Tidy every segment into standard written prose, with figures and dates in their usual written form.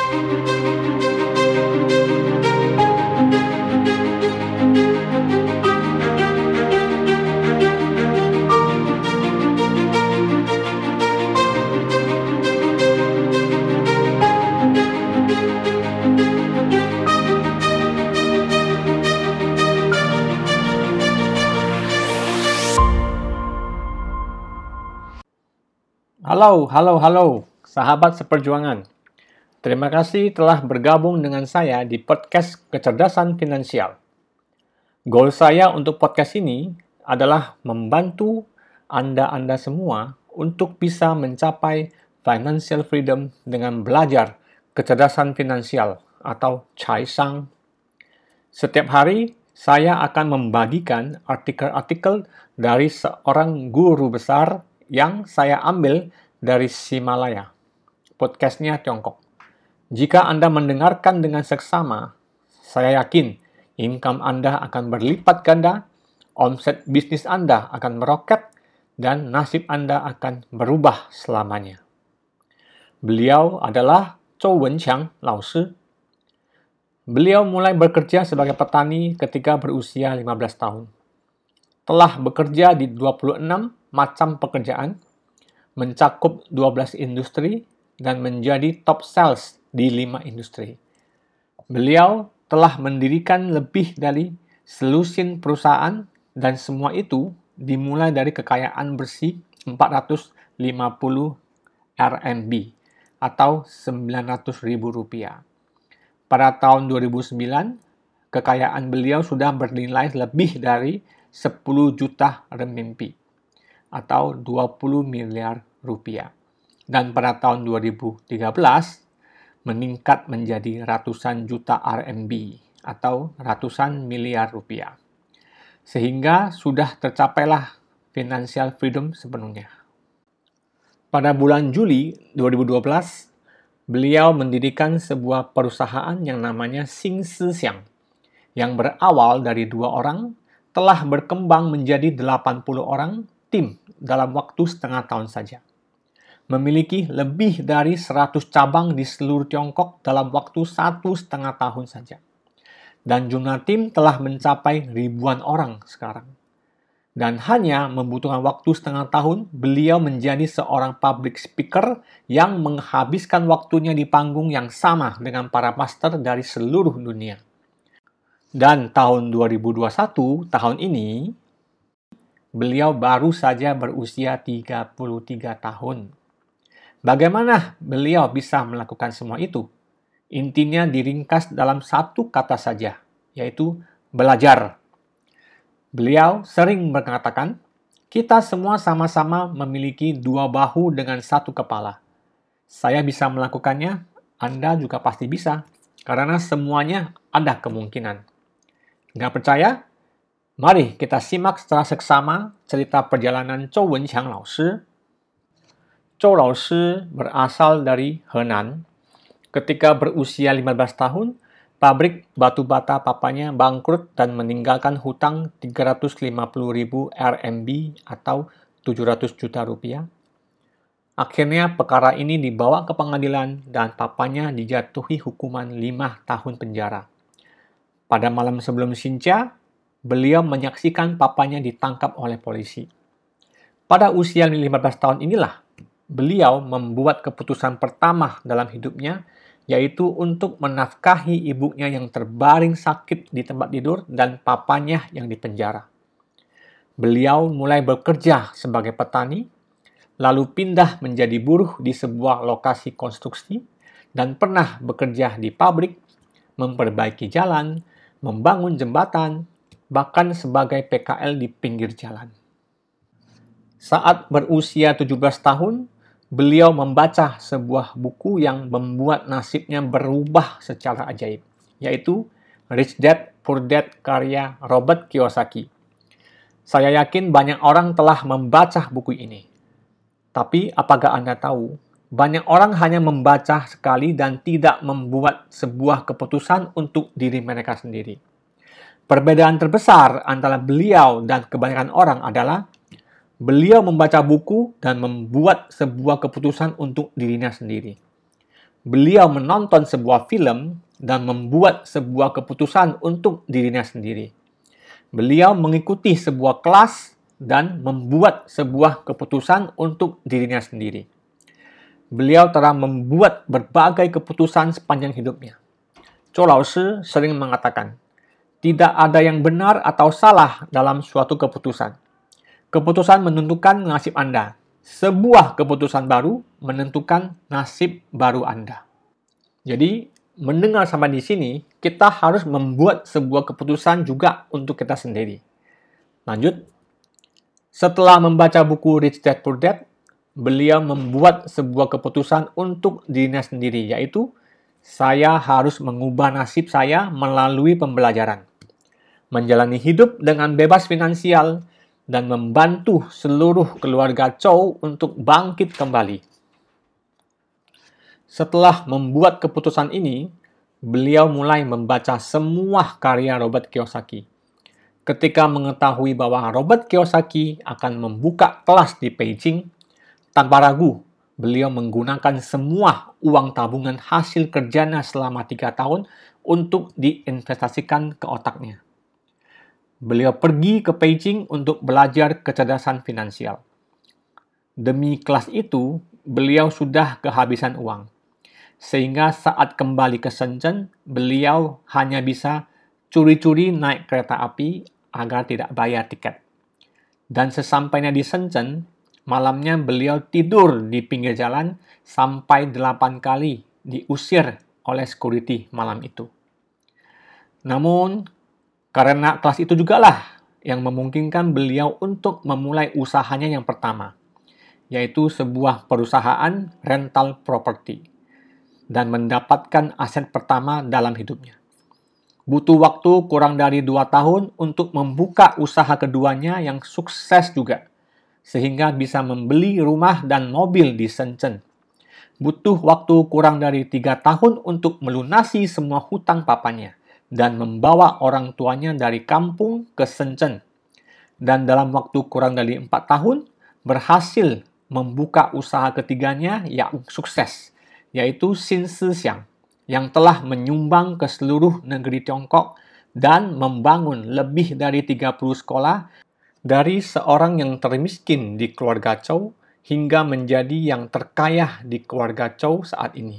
Halo, sahabat seperjuangan. Terima kasih telah bergabung dengan saya di podcast Kecerdasan Finansial. Goal saya untuk podcast ini adalah membantu Anda semua untuk bisa mencapai financial freedom dengan belajar kecerdasan finansial atau Cai Sang. Setiap hari, saya akan membagikan artikel-artikel dari seorang guru besar yang saya ambil dari Himalaya, podcastnya Tiongkok. Jika Anda mendengarkan dengan seksama, saya yakin income Anda akan berlipat ganda, omset bisnis Anda akan meroket, dan nasib Anda akan berubah selamanya. Beliau adalah Zhou Wenqiang Lao Shi. Beliau mulai bekerja sebagai petani ketika berusia 15 tahun. Telah bekerja di 26 macam pekerjaan, mencakup 12 industri, dan menjadi top sales di 5 industri. Beliau telah mendirikan lebih dari selusin perusahaan, dan semua itu dimulai dari kekayaan bersih 450 RMB atau 900 ribu rupiah. Pada tahun 2009, kekayaan beliau sudah bernilai lebih dari 10 juta renminbi atau 20 miliar rupiah. Dan pada tahun 2013, meningkat menjadi ratusan juta RMB atau ratusan miliar rupiah. Sehingga sudah tercapailah financial freedom sepenuhnya. Pada bulan Juli 2012, beliau mendirikan sebuah perusahaan yang namanya Xing Si Xiang, yang berawal dari 2 orang, telah berkembang menjadi 80 orang tim dalam waktu setengah tahun saja. Memiliki lebih dari 100 cabang di seluruh Tiongkok dalam waktu 1,5 tahun saja. Dan jumlah tim telah mencapai ribuan orang sekarang. Dan hanya membutuhkan waktu setengah tahun, beliau menjadi seorang public speaker yang menghabiskan waktunya di panggung yang sama dengan para master dari seluruh dunia. Dan tahun 2021, tahun ini, beliau baru saja berusia 33 tahun. Bagaimana beliau bisa melakukan semua itu? Intinya diringkas dalam satu kata saja, yaitu belajar. Beliau sering mengatakan, kita semua sama-sama memiliki 2 bahu dengan 1 kepala. Saya bisa melakukannya, Anda juga pasti bisa, karena semuanya ada kemungkinan. Nggak percaya? Mari kita simak secara seksama cerita perjalanan Zhou Wenqiang Lao Shi. Zhou Lao Shi berasal dari Henan. Ketika berusia 15 tahun, pabrik batu bata papanya bangkrut dan meninggalkan hutang 350.000 RMB atau 700 juta rupiah. Akhirnya perkara ini dibawa ke pengadilan dan papanya dijatuhi hukuman 5 tahun penjara. Pada malam sebelum Xinjia, beliau menyaksikan papanya ditangkap oleh polisi. Pada usia 15 tahun inilah, beliau membuat keputusan pertama dalam hidupnya, yaitu untuk menafkahi ibunya yang terbaring sakit di tempat tidur dan papanya yang dipenjara. Beliau mulai bekerja sebagai petani, lalu pindah menjadi buruh di sebuah lokasi konstruksi, dan pernah bekerja di pabrik, memperbaiki jalan, membangun jembatan, bahkan sebagai PKL di pinggir jalan. Saat berusia 17 tahun, beliau membaca sebuah buku yang membuat nasibnya berubah secara ajaib, yaitu Rich Dad Poor Dad karya Robert Kiyosaki. Saya yakin banyak orang telah membaca buku ini. Tapi apakah Anda tahu, banyak orang hanya membaca sekali dan tidak membuat sebuah keputusan untuk diri mereka sendiri. Perbedaan terbesar antara beliau dan kebanyakan orang adalah beliau membaca buku dan membuat sebuah keputusan untuk dirinya sendiri. beliau menonton sebuah film dan membuat sebuah keputusan untuk dirinya sendiri. Beliau mengikuti sebuah kelas dan membuat sebuah keputusan untuk dirinya sendiri. Beliau telah membuat berbagai keputusan sepanjang hidupnya. Zhou Laoshi sering mengatakan, tidak ada yang benar atau salah dalam suatu keputusan. Keputusan menentukan nasib Anda. Sebuah keputusan baru menentukan nasib baru Anda. Jadi, mendengar sampai di sini, kita harus membuat sebuah keputusan juga untuk kita sendiri. Lanjut. Setelah membaca buku Rich Dad Poor Dad, beliau membuat sebuah keputusan untuk dirinya sendiri, yaitu saya harus mengubah nasib saya melalui pembelajaran, menjalani hidup dengan bebas finansial, dan membantu seluruh keluarga Zhou untuk bangkit kembali. Setelah membuat keputusan ini, beliau mulai membaca semua karya Robert Kiyosaki. Ketika mengetahui bahwa Robert Kiyosaki akan membuka kelas di Beijing, tanpa ragu, beliau menggunakan semua uang tabungan hasil kerjanya selama 3 tahun untuk diinvestasikan ke otaknya. Beliau pergi ke Beijing untuk belajar kecerdasan finansial. Demi kelas itu, beliau sudah kehabisan uang. Sehingga saat kembali ke Shenzhen, beliau hanya bisa curi-curi naik kereta api agar tidak bayar tiket. Dan sesampainya di Shenzhen, malamnya beliau tidur di pinggir jalan sampai 8 kali diusir oleh security malam itu. Namun, karena kelas itu jugalah yang memungkinkan beliau untuk memulai usahanya yang pertama, yaitu sebuah perusahaan rental property, dan mendapatkan aset pertama dalam hidupnya. Butuh waktu kurang dari 2 tahun untuk membuka usaha keduanya yang sukses juga, sehingga bisa membeli rumah dan mobil di Shenzhen. Butuh waktu kurang dari 3 tahun untuk melunasi semua hutang papanya dan membawa orang tuanya dari kampung ke Shenzhen. Dan dalam waktu kurang dari 4 tahun, berhasil membuka usaha ketiganya yang sukses, yaitu Xin Si Xiang, yang telah menyumbang ke seluruh negeri Tiongkok dan membangun lebih dari 30 sekolah dari seorang yang termiskin di keluarga Zhou hingga menjadi yang terkaya di keluarga Zhou saat ini.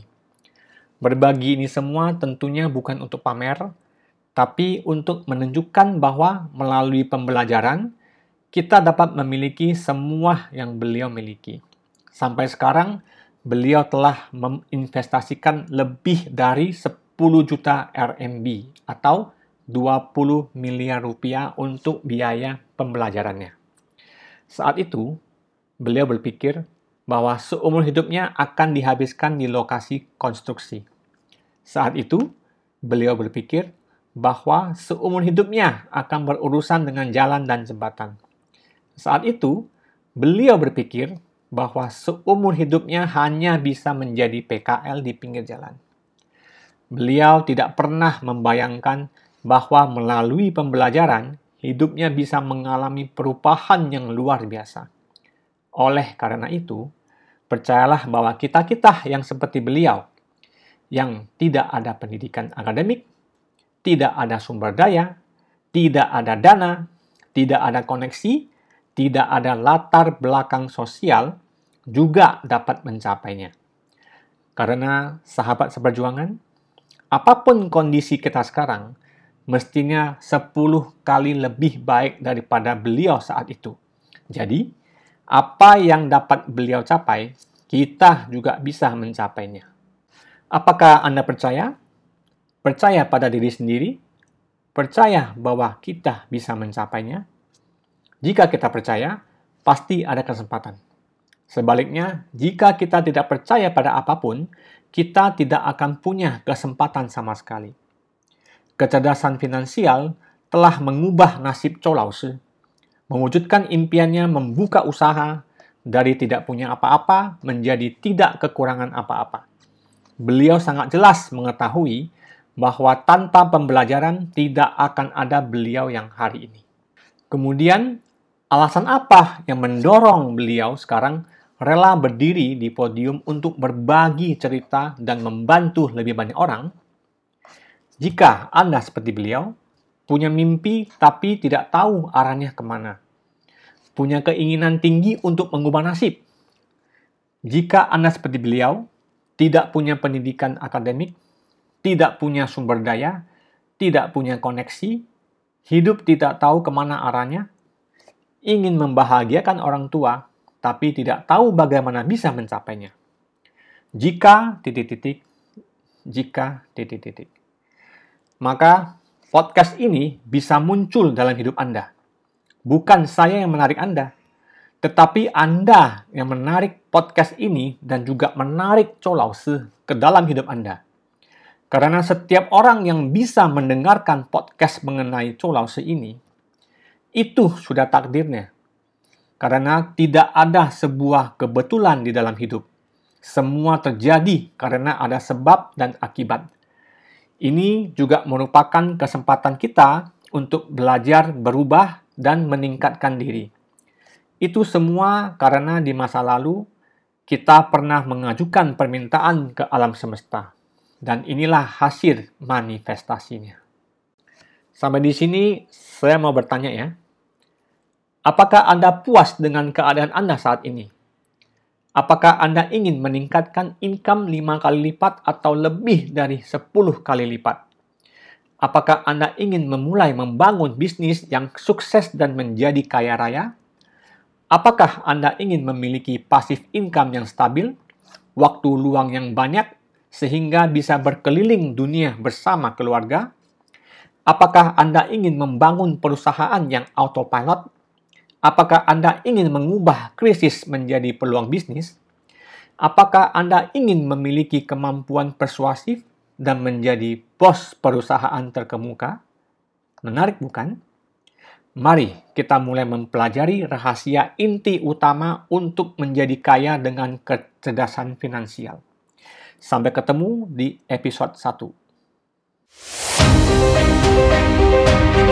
Berbagi ini semua tentunya bukan untuk pamer, tapi untuk menunjukkan bahwa melalui pembelajaran, kita dapat memiliki semua yang beliau miliki. Sampai sekarang, beliau telah menginvestasikan lebih dari 10 juta RMB atau 20 miliar rupiah untuk biaya pembelajarannya. Saat itu, beliau berpikir bahwa seumur hidupnya akan dihabiskan di lokasi konstruksi. Saat itu, beliau berpikir bahwa seumur hidupnya akan berurusan dengan jalan dan jembatan. Saat itu, beliau berpikir bahwa seumur hidupnya hanya bisa menjadi PKL di pinggir jalan. Beliau tidak pernah membayangkan bahwa melalui pembelajaran, hidupnya bisa mengalami perubahan yang luar biasa. Oleh karena itu, percayalah bahwa kita-kita yang seperti beliau, yang tidak ada pendidikan akademik, tidak ada sumber daya, tidak ada dana, tidak ada koneksi, tidak ada latar belakang sosial, juga dapat mencapainya. Karena sahabat seperjuangan, apapun kondisi kita sekarang, mestinya 10 kali lebih baik daripada beliau saat itu. Jadi, apa yang dapat beliau capai, kita juga bisa mencapainya. Apakah Anda percaya? Percaya pada diri sendiri? Percaya bahwa kita bisa mencapainya? Jika kita percaya, pasti ada kesempatan. Sebaliknya, jika kita tidak percaya pada apapun, kita tidak akan punya kesempatan sama sekali. Kecerdasan finansial telah mengubah nasib Zhou Laoshi, mewujudkan impiannya membuka usaha dari tidak punya apa-apa menjadi tidak kekurangan apa-apa. Beliau sangat jelas mengetahui bahwa tanpa pembelajaran tidak akan ada beliau yang hari ini. Kemudian, alasan apa yang mendorong beliau sekarang rela berdiri di podium untuk berbagi cerita dan membantu lebih banyak orang? Jika Anda seperti beliau, punya mimpi tapi tidak tahu arahnya kemana, punya keinginan tinggi untuk mengubah nasib. Jika Anda seperti beliau, tidak punya pendidikan akademik, tidak punya sumber daya, tidak punya koneksi, hidup tidak tahu kemana arahnya, ingin membahagiakan orang tua, tapi tidak tahu bagaimana bisa mencapainya. Jika maka podcast ini bisa muncul dalam hidup Anda. Bukan saya yang menarik Anda, tetapi Anda yang menarik podcast ini dan juga menarik Zhou Laoshi ke dalam hidup Anda. Karena setiap orang yang bisa mendengarkan podcast mengenai Zhou Laoshi ini, itu sudah takdirnya. Karena tidak ada sebuah kebetulan di dalam hidup. Semua terjadi karena ada sebab dan akibat. Ini juga merupakan kesempatan kita untuk belajar berubah dan meningkatkan diri. Itu semua karena di masa lalu kita pernah mengajukan permintaan ke alam semesta. Dan inilah hasil manifestasinya. Sampai di sini saya mau bertanya ya. Apakah Anda puas dengan keadaan Anda saat ini? Apakah Anda ingin meningkatkan income 5 kali lipat atau lebih dari 10 kali lipat? Apakah Anda ingin memulai membangun bisnis yang sukses dan menjadi kaya raya? Apakah Anda ingin memiliki passive income yang stabil, waktu luang yang banyak, sehingga bisa berkeliling dunia bersama keluarga? Apakah Anda ingin membangun perusahaan yang autopilot? Apakah Anda ingin mengubah krisis menjadi peluang bisnis? Apakah Anda ingin memiliki kemampuan persuasif dan menjadi bos perusahaan terkemuka? Menarik bukan? Mari kita mulai mempelajari rahasia inti utama untuk menjadi kaya dengan kecerdasan finansial. Sampai ketemu di episode 1.